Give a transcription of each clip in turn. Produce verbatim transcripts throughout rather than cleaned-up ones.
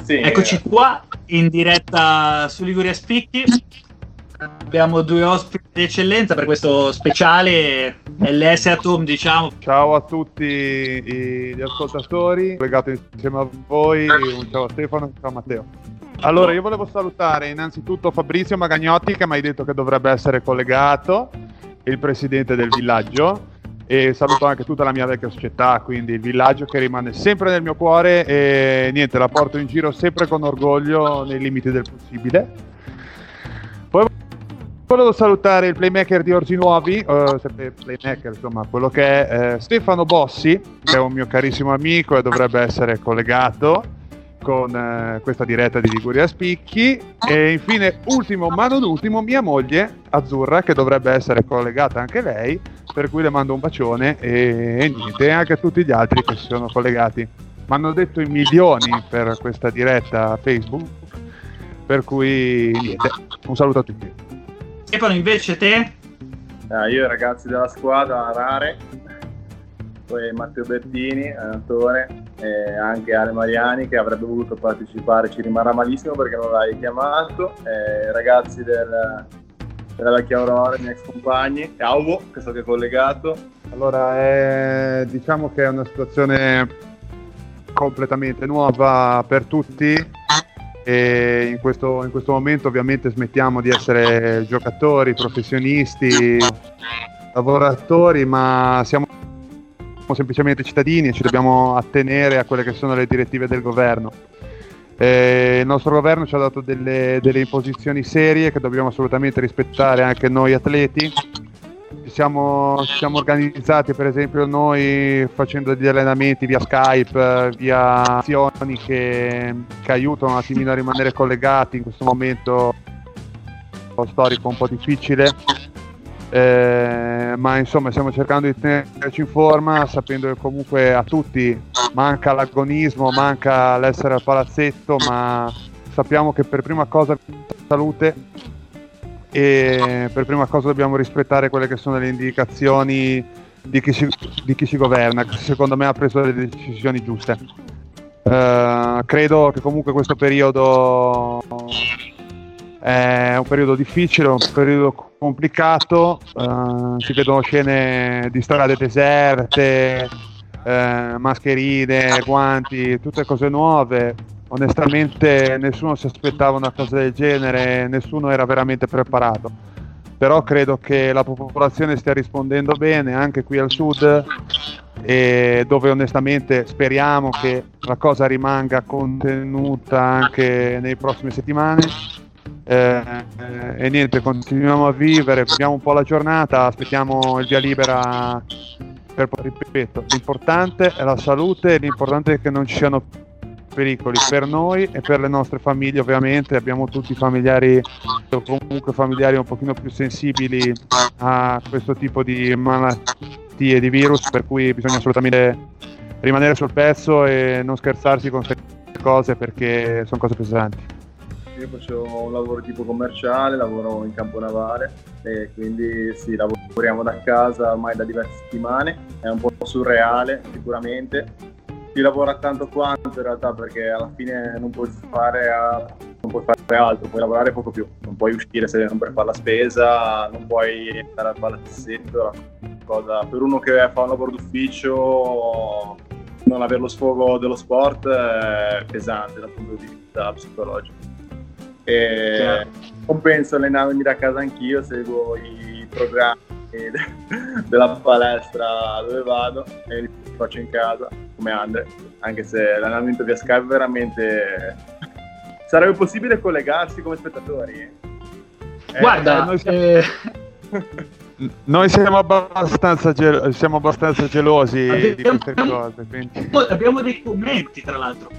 Sì, Eccoci eh. qua in diretta su Liguria Spicchi. Abbiamo due ospiti di eccellenza per questo speciale L S Atom, diciamo. Ciao a tutti i- gli ascoltatori, legato insieme a voi, un ciao a Stefano e un ciao a Matteo. Allora, io volevo salutare innanzitutto Fabrizio Magagnotti, che mi hai detto che dovrebbe essere collegato, il presidente del villaggio, e saluto anche tutta la mia vecchia società, quindi il villaggio che rimane sempre nel mio cuore e niente, la porto in giro sempre con orgoglio nei limiti del possibile. Poi volevo salutare il playmaker di Orgi Nuovi, eh, sempre playmaker, insomma, quello che è eh, Stefano Bossi, che è un mio carissimo amico e dovrebbe essere collegato con eh, questa diretta di Liguria Spicchi. E infine, ultimo ma non ultimo, mia moglie Azzurra, che dovrebbe essere collegata anche lei, per cui le mando un bacione e, e niente, e anche a tutti gli altri che si sono collegati. Mi hanno detto in milioni per questa diretta Facebook, per cui niente, un saluto a tutti. Stefano, invece te? Eh, io e i ragazzi della squadra, Rare, poi Matteo Bettini, allenatore, e anche Ale Mariani che avrebbe voluto partecipare, ci rimarrà malissimo perché non l'hai chiamato, e i ragazzi del, della vecchia Aurora, i miei ex compagni, e Auvo che so che è collegato. Allora, è, diciamo che è una situazione completamente nuova per tutti e in questo, in questo momento ovviamente smettiamo di essere giocatori, professionisti, lavoratori, ma siamo semplicemente cittadini e ci dobbiamo attenere a quelle che sono le direttive del governo. Eh, il nostro governo ci ha dato delle, delle imposizioni serie che dobbiamo assolutamente rispettare anche noi atleti. Ci siamo, ci siamo organizzati per esempio noi facendo degli allenamenti via Skype, via azioni che, che aiutano un attimino a rimanere collegati in questo momento storico un po' difficile. Eh, ma insomma stiamo cercando di tenerci in forma, sapendo che comunque a tutti manca l'agonismo, manca l'essere al palazzetto, ma sappiamo che per prima cosa salute e per prima cosa dobbiamo rispettare quelle che sono le indicazioni di chi ci, di chi ci governa, che secondo me ha preso le decisioni giuste. Eh, credo che comunque questo periodo è un periodo difficile, un periodo complicato, uh, si vedono scene di strade deserte, eh, mascherine, guanti, tutte cose nuove. Onestamente nessuno si aspettava una cosa del genere, nessuno era veramente preparato. Però credo che la popolazione stia rispondendo bene anche qui al sud, e dove onestamente speriamo che la cosa rimanga contenuta anche nelle prossime settimane. Eh, eh, e niente, continuiamo a vivere, viviamo un po' la giornata, aspettiamo il via libera per, ripeto, l'importante è la salute, l'importante è che non ci siano pericoli per noi e per le nostre famiglie. Ovviamente abbiamo tutti familiari o comunque familiari un pochino più sensibili a questo tipo di malattie, di virus, per cui bisogna assolutamente rimanere sul pezzo e non scherzarsi con queste cose perché sono cose pesanti. Io faccio un lavoro tipo commerciale, lavoro in campo navale e quindi sì, lavoriamo da casa ormai da diverse settimane, è un po' surreale sicuramente, si lavora tanto quanto in realtà perché alla fine non puoi fare, a, non puoi fare altro, puoi lavorare poco più, non puoi uscire se non per fare la spesa, non puoi andare al palazzetto, cosa, per uno che fa un lavoro d'ufficio non avere lo sfogo dello sport è pesante dal punto di vista psicologico. E compenso allenarmi da casa anch'io, seguo i programmi de- della palestra dove vado e li faccio in casa come Andre, anche se l'allenamento via Skype veramente sarebbe possibile collegarsi come spettatori. Guarda, eh, noi, siamo, eh... noi siamo abbastanza gel- siamo abbastanza gelosi abbiamo, di queste cose, quindi. Abbiamo dei commenti tra l'altro.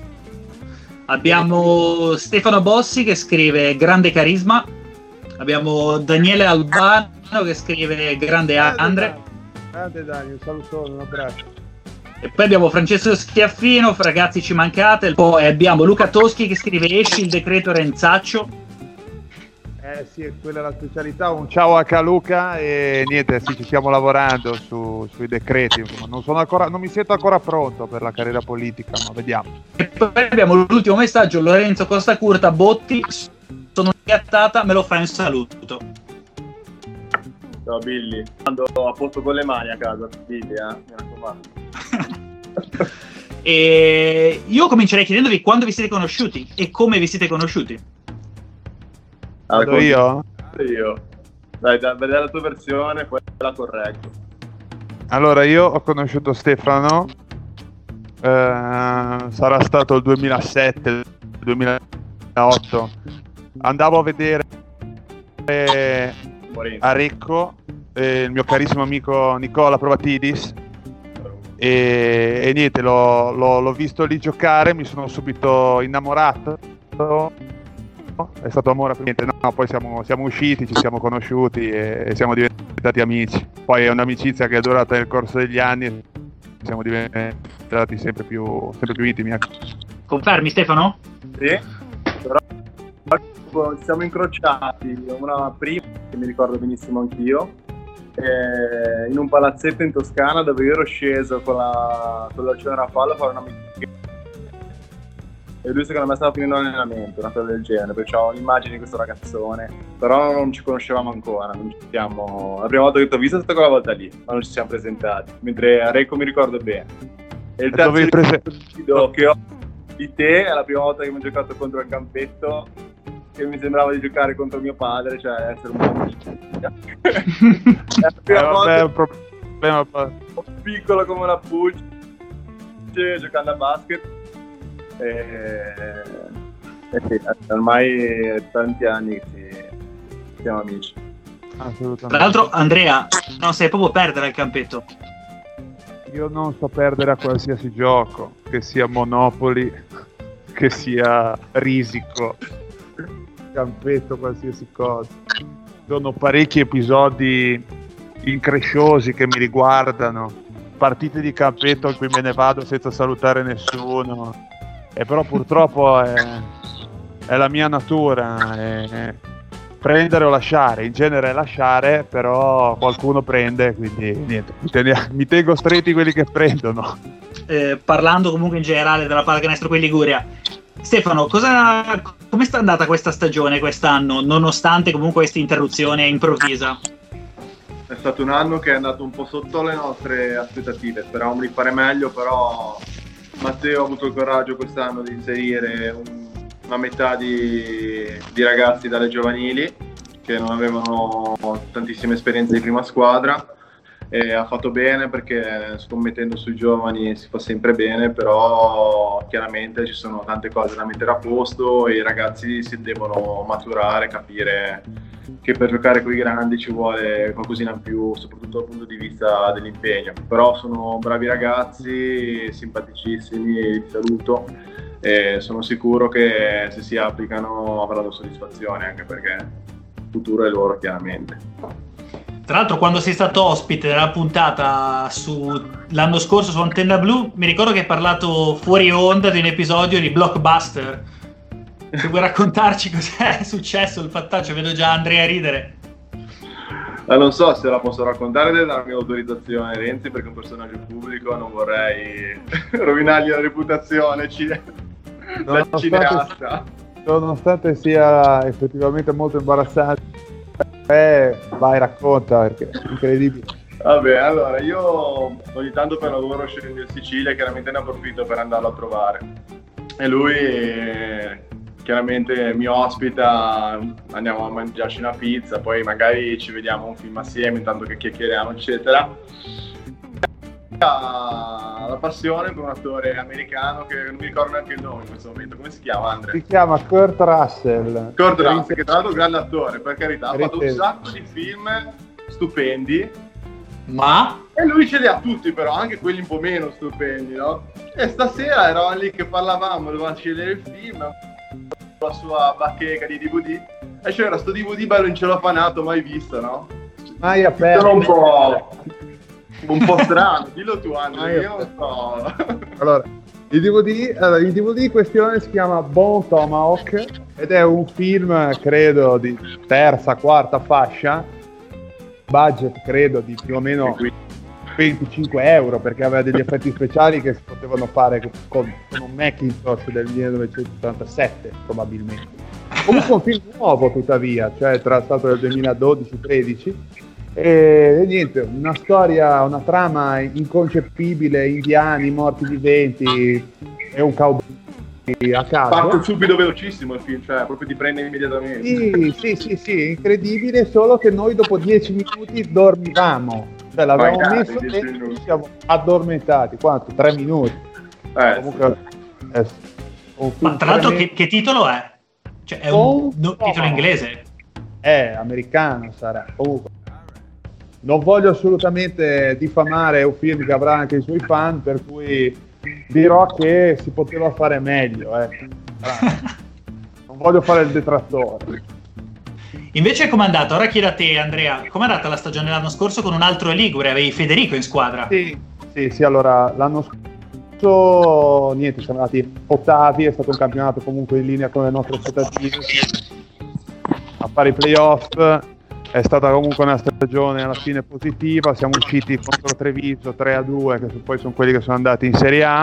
Abbiamo Stefano Bossi che scrive grande carisma, abbiamo Daniele Albano che scrive grande Andre, grande Dani, un saluto, un abbraccio. E poi abbiamo Francesco Schiaffino, ragazzi ci mancate. Poi abbiamo Luca Toschi che scrive esci il decreto Renzaccio. Eh sì, quella è la specialità. Un ciao anche a Luca e niente, sì, ci stiamo lavorando su, sui decreti. Non, sono ancora, non mi sento ancora pronto per la carriera politica, ma vediamo. E Poi abbiamo l'ultimo messaggio, Lorenzo Costa Curta, Botti, sono gattata, me lo fai un saluto. Ciao Billy, ando a posto con le mani a casa, Billy, eh? Mi raccomando. E io comincerei chiedendovi quando vi siete conosciuti e come vi siete conosciuti. Allora, io? Io. Dai, da vedere la tua versione, poi la correggo. Allora, io ho conosciuto Stefano, eh, sarà stato il duemilasette duemilaotto. Andavo a vedere eh, a Recco eh, il mio carissimo amico Nicola Provatidis e, e niente, l'ho, l'ho, l'ho visto lì giocare, mi sono subito innamorato, è stato amore per niente, no, poi siamo, siamo usciti, ci siamo conosciuti e, e siamo diventati amici. Poi è un'amicizia che è durata nel corso degli anni e siamo diventati sempre più, sempre più intimi. Confermi, Stefano? Sì, però ci siamo incrociati una prima, che mi ricordo benissimo anch'io, eh, in un palazzetto in Toscana dove io ero sceso con la con l'Oceano Raffaello a fare una meeting e lui secondo me stava finendo l'allenamento, una cosa del genere, perché ho l'immagine di questo ragazzone, però non ci conoscevamo ancora, non ci siamo... la prima volta che ti ho visto è stata quella volta lì, ma non ci siamo presentati, mentre a Recco mi ricordo bene. E il terzo prese... ricordo che ho di te è la prima volta che abbiamo giocato contro il campetto, che mi sembrava di giocare contro mio padre, cioè essere un bambino. È la prima eh, volta vabbè, un problema piccolo come una pulce giocando a basket. E, e sì, ormai è tanti anni che siamo amici. Assolutamente. Tra l'altro, Andrea, non sai proprio perdere il campetto. Io non so perdere a qualsiasi gioco, che sia Monopoli, che sia Risico, campetto, qualsiasi cosa. Sono parecchi episodi incresciosi che mi riguardano, partite di campetto in cui me ne vado senza salutare nessuno, e però purtroppo è, è la mia natura, è prendere o lasciare, in genere è lasciare, però qualcuno prende, quindi niente, mi, ten- mi tengo stretti quelli che prendono. Eh, parlando comunque in generale della pallacanestro qui in Liguria, Stefano, cosa, come sta andata questa stagione quest'anno, nonostante comunque questa interruzione improvvisa? È stato un anno che è andato un po' sotto le nostre aspettative, speravamo di fare meglio, però Matteo ha avuto il coraggio quest'anno di inserire un, una metà di, di ragazzi dalle giovanili che non avevano tantissime esperienze di prima squadra, e ha fatto bene perché scommettendo sui giovani si fa sempre bene, però chiaramente ci sono tante cose da mettere a posto e i ragazzi si devono maturare, capire che per giocare con i grandi ci vuole qualcosina in più, soprattutto dal punto di vista dell'impegno. Però sono bravi ragazzi, simpaticissimi, li saluto e sono sicuro che se si applicano avranno soddisfazione, anche perché il futuro è loro chiaramente. Tra l'altro, quando sei stato ospite della puntata su l'anno scorso su Antenna Blu, mi ricordo che hai parlato fuori onda di un episodio di Blockbuster. Se vuoi raccontarci cos'è successo, il fattaccio, vedo già Andrea ridere. Eh, non so se la posso raccontare della mia autorizzazione, Renzi, perché è un personaggio pubblico, non vorrei rovinargli la reputazione cine... da cineasta. Nonostante sia effettivamente molto imbarazzante, eh, vai, racconta, perché è incredibile. Vabbè, allora io ogni tanto per lavoro scendo in Sicilia, chiaramente ne approfitto per andarlo a trovare e lui eh, chiaramente mi ospita, andiamo a mangiarci una pizza, poi magari ci vediamo un film assieme intanto che chiacchieriamo eccetera. Ha la passione per un attore americano che non mi ricordo neanche il nome in questo momento. Come si chiama, Andrea? Si chiama Kurt Russell. Kurt Russell, che tra l'altro è un grande attore, per carità, ha fatto un sacco di film stupendi, ma e lui ce li ha tutti, però anche quelli un po' meno stupendi, no? E stasera eravamo lì che parlavamo, dovevamo scegliere il film, la sua bacheca di D V D, e c'era sto D V D bello incelofanato, mai visto, no? Mai aperto. Sono un po'... un po' strano, dillo tu, Andrea, io non so. Allora, il D V D, allora, il D V D in questione si chiama Bone Tomahawk ed è un film, credo, di terza, quarta fascia, budget credo di più o meno venticinque euro perché aveva degli effetti speciali che si potevano fare con, con un Macintosh del millenovecentottantasette probabilmente. Comunque un film nuovo tuttavia, cioè tra stato del duemiladodici tredici, e, e niente, una storia, una trama inconcepibile, indiani, morti viventi e un cowboy a caso. Parte subito velocissimo il film, cioè proprio ti prende immediatamente. Sì, sì, sì, sì, incredibile, solo che noi dopo dieci minuti dormivamo, cioè l'avevamo Magari, messo dieci e minuti. ci siamo addormentati. Quanto? Tre minuti. Eh, Comunque, è un film Ma tra l'altro tremendo. che, che titolo è? Cioè è un Oh, no, titolo no. inglese? È americano, sarà. Comunque, non voglio assolutamente diffamare un film che avrà anche i suoi fan, per cui dirò che si poteva fare meglio, ecco. Non voglio fare il detrattore. Invece com'è andata? Ora chiedo a te, Andrea, com'è andata la stagione l'anno scorso con un altro Ligure? Avevi Federico in squadra. Sì, sì, sì, allora l'anno scorso niente, siamo andati ottavi, è stato un campionato comunque in linea con le nostre aspettative. A fare i playoff, è stata comunque una stagione alla fine positiva, siamo usciti contro Treviso tre a due, che poi sono quelli che sono andati in Serie A.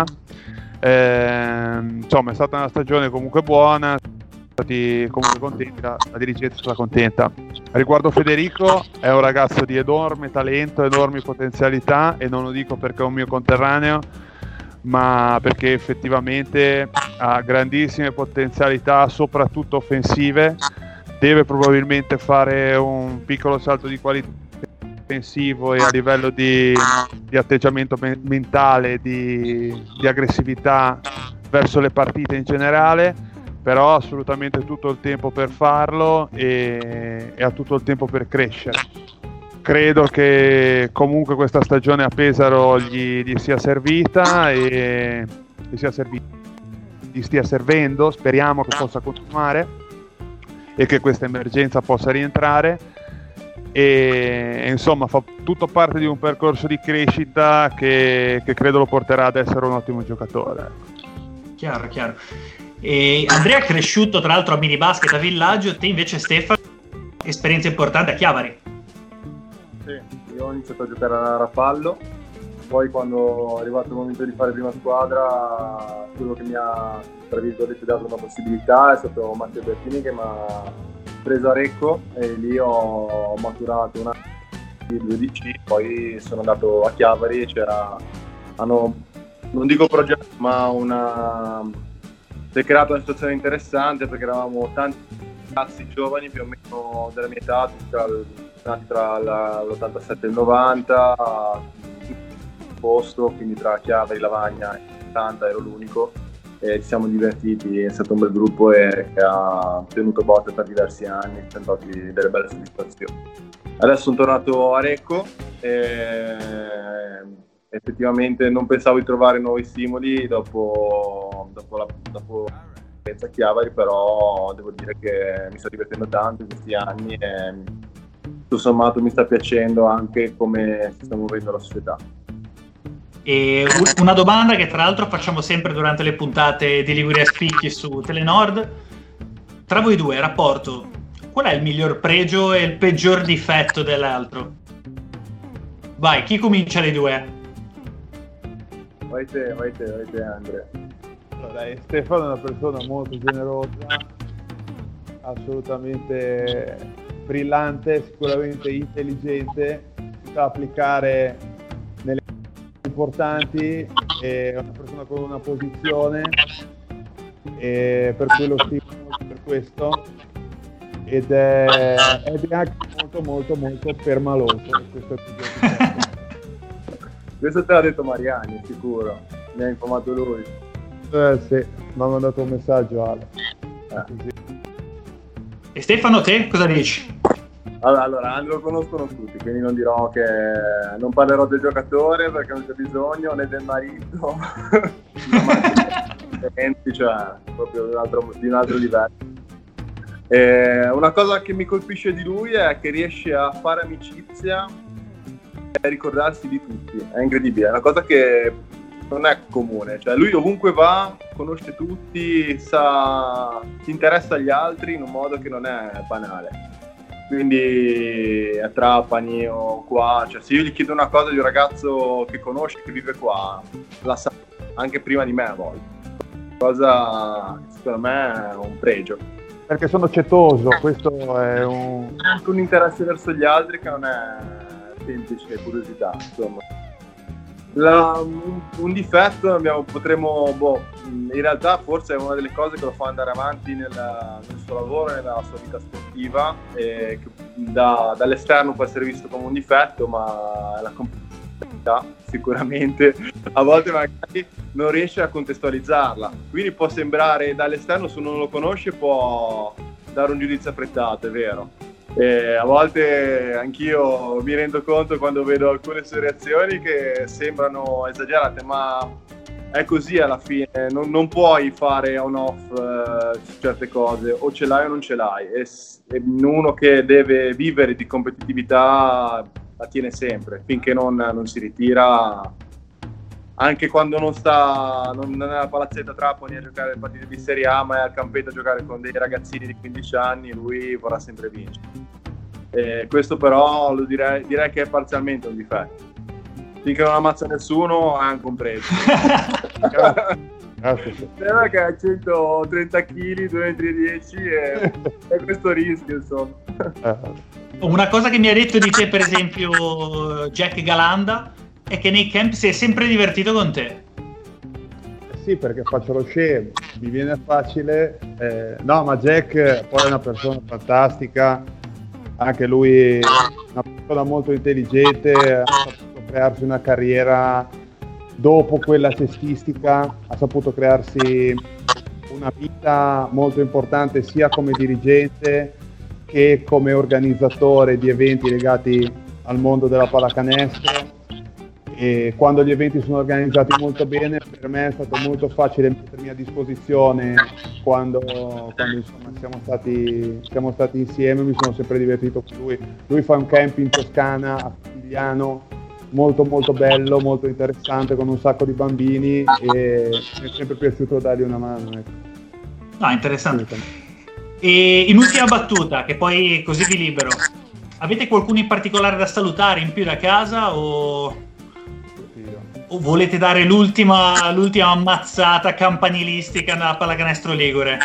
Eh, insomma è stata una stagione comunque buona, siamo stati comunque contenti, la, la dirigenza è stata contenta. Riguardo Federico, è un ragazzo di enorme talento, enormi potenzialità, e non lo dico perché è un mio conterraneo, ma perché effettivamente ha grandissime potenzialità, soprattutto offensive. Deve probabilmente fare un piccolo salto di qualità offensivo e a livello di, di atteggiamento me- mentale, di, di aggressività verso le partite in generale, però ha assolutamente tutto il tempo per farlo e, e ha tutto il tempo per crescere. Credo che comunque questa stagione a Pesaro gli, gli sia servita e gli, sia servi- gli stia servendo, speriamo che possa continuare e che questa emergenza possa rientrare, e, e insomma fa tutto parte di un percorso di crescita che, che credo lo porterà ad essere un ottimo giocatore. Chiaro, chiaro. E Andrea è cresciuto tra l'altro a mini basket a Villaggio, te invece Stefano, esperienza importante a Chiavari. Sì, io ho iniziato a giocare a Rapallo, poi quando è arrivato il momento di fare prima squadra, quello che mi ha, tra virgolette, dato una possibilità è stato Matteo Bertini, che mi ha preso a Recco e lì ho maturato un anno di due D C, poi sono andato a Chiavari e c'era, hanno, non dico progetto, ma una, si è creata una situazione interessante perché eravamo tanti ragazzi giovani più o meno della mia età, tra, nati tra la, l'ottantasette e il novanta, posto, quindi tra Chiavari, Lavagna e ottanta ero l'unico, e ci siamo divertiti, è stato un bel gruppo e che ha tenuto botte per diversi anni, ci sono stati delle belle soddisfazioni. Adesso sono tornato a Recco e effettivamente non pensavo di trovare nuovi stimoli dopo, dopo la dopo l'esperienza a Chiavari, però devo dire che mi sto divertendo tanto in questi anni e tutto sommato mi sta piacendo anche come si sta muovendo la società. E una domanda che tra l'altro facciamo sempre durante le puntate di Liguria Spicchi su Telenord: tra voi due, rapporto, qual è il miglior pregio e il peggior difetto dell'altro? Vai, chi comincia dei due? Vai te, vai te, vai te Andrea. Allora, Stefano è una persona molto generosa, assolutamente brillante, sicuramente intelligente, si sa applicare nelle importanti, è una persona con una posizione, e per cui lo stimo molto per questo, ed è, ed è anche molto molto molto permaloso. Questo, è questo te l'ha detto Mariani, sicuro, mi ha informato lui. eh, sì, mi ha mandato un messaggio Ale. Eh. E Stefano, te cosa dici? Allora, allora Andrea lo conoscono tutti, quindi non dirò che non parlerò del giocatore perché non c'è bisogno, né del marito, cioè proprio di un altro, di un altro livello. E una cosa che mi colpisce di lui è che riesce a fare amicizia e a ricordarsi di tutti, è incredibile, è una cosa che non è comune, cioè lui ovunque va conosce tutti, sa, si interessa agli altri in un modo che non è banale. quindi a Trapani o qua, cioè se io gli chiedo una cosa di un ragazzo che conosce, che vive qua, la sa anche prima di me a volte, cosa secondo me è un pregio. Perché sono cetoso, questo è un... anche un interesse verso gli altri che non è semplice curiosità, insomma. La, un, un difetto abbiamo, potremmo, boh, in realtà forse è una delle cose che lo fa andare avanti nella, nel suo lavoro, nella sua vita sportiva, e che da, dall'esterno può essere visto come un difetto, ma è la complessità sicuramente, a volte magari non riesce a contestualizzarla, quindi può sembrare dall'esterno, se uno non lo conosce può dare un giudizio affrettato, è vero. E a volte anch'io mi rendo conto quando vedo alcune sue reazioni che sembrano esagerate, ma è così alla fine, non, non puoi fare on off eh, su certe cose, o ce l'hai o non ce l'hai, e, e uno che deve vivere di competitività la tiene sempre, finché non, non si ritira, anche quando non sta non è nella palazzetta Trapani a giocare le partite di Serie A, ma è al campetto a giocare con dei ragazzini di quindici anni, lui vorrà sempre vincere. E questo però lo direi, direi che è parzialmente un difetto. Finché non ammazza nessuno è anche un pregio. Sembra che ha centotrenta chili, due virgola dieci metri e, e questo rischio, insomma. Una cosa che mi ha detto di te, per esempio, Jack Galanda, è che nei camp si è sempre divertito con te. Sì, perché faccio lo scemo, mi viene facile. Eh, no, ma Jack poi è una persona fantastica, anche lui è una persona molto intelligente, ha saputo crearsi una carriera dopo quella cestistica, ha saputo crearsi una vita molto importante sia come dirigente che come organizzatore di eventi legati al mondo della pallacanestro. E quando gli eventi sono organizzati molto bene, per me è stato molto facile mettermi a disposizione quando, quando insomma, siamo, stati, siamo stati insieme, mi sono sempre divertito con lui. Lui fa un camp in Toscana, a Figliano, molto molto bello, molto interessante, con un sacco di bambini, e mi è sempre piaciuto dargli una mano. Ecco. No, interessante. E in ultima battuta, che poi così vi libero, avete qualcuno in particolare da salutare in più da casa o... o volete dare l'ultima, l'ultima ammazzata campanilistica nella pallacanestro ligure?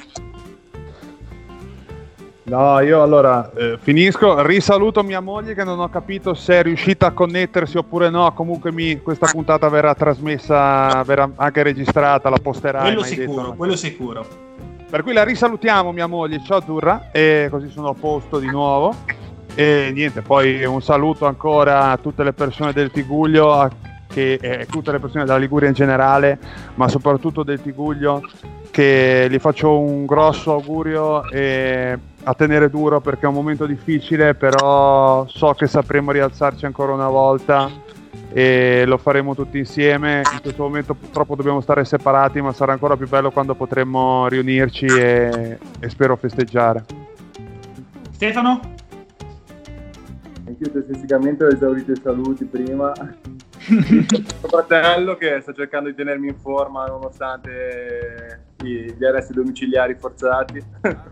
No, io allora eh, finisco, risaluto mia moglie che non ho capito se è riuscita a connettersi oppure no, comunque mi, questa puntata verrà trasmessa, verrà anche registrata, la posterai. Quello sicuro, detto, quello sicuro. Per cui la risalutiamo mia moglie, ciao Azzurra, e così sono a posto di nuovo. E niente, poi un saluto ancora a tutte le persone del Tiguglio, a che eh, tutte le persone della Liguria in generale, ma soprattutto del Tiguglio, che gli faccio un grosso augurio e a tenere duro, perché è un momento difficile, però so che sapremo rialzarci ancora una volta e lo faremo tutti insieme. In questo momento purtroppo dobbiamo stare separati, ma sarà ancora più bello quando potremo riunirci e, e spero festeggiare. Stefano? Anch'io statisticamente ho esaurito i saluti prima. Mio fratello che sta cercando di tenermi in forma nonostante gli arresti domiciliari forzati.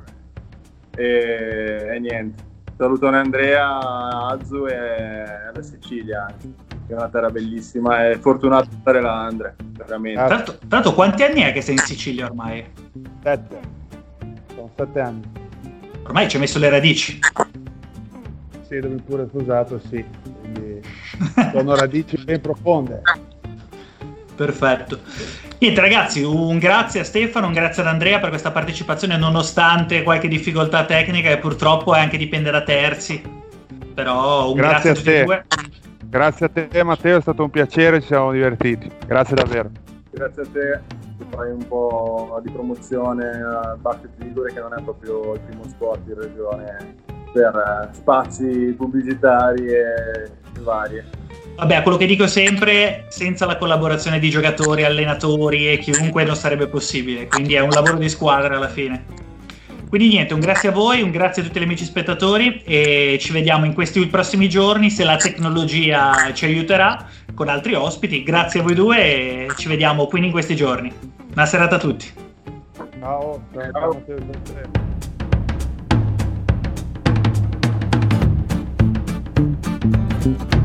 e, e niente, salutone Andrea, Azu e la Sicilia, che è una terra bellissima, è fortunato di stare là, Andrea, veramente. Tanto, tanto quanti anni è che sei in Sicilia ormai? Sette, sono sette anni. Ormai ci hai messo le radici. Sì, dove pure sposato, sì, quindi sono radici ben profonde. Perfetto. Niente ragazzi, un grazie a Stefano, un grazie ad Andrea per questa partecipazione nonostante qualche difficoltà tecnica che purtroppo è anche dipende da terzi, però un grazie, grazie a tutti e due. Grazie a te Matteo, è stato un piacere, ci siamo divertiti, grazie davvero. Grazie a te, che fai un po' di promozione al basket ligure, che non è proprio il primo sport in regione per spazi pubblicitari e varie. Vabbè, quello che dico sempre, senza la collaborazione di giocatori, allenatori e chiunque non sarebbe possibile, quindi è un lavoro di squadra alla fine. Quindi niente, un grazie a voi, un grazie a tutti gli amici spettatori e ci vediamo in questi prossimi giorni, se la tecnologia ci aiuterà, con altri ospiti. Grazie a voi due e ci vediamo quindi in questi giorni. Una serata a tutti. Ciao, ciao. Ciao. ciao.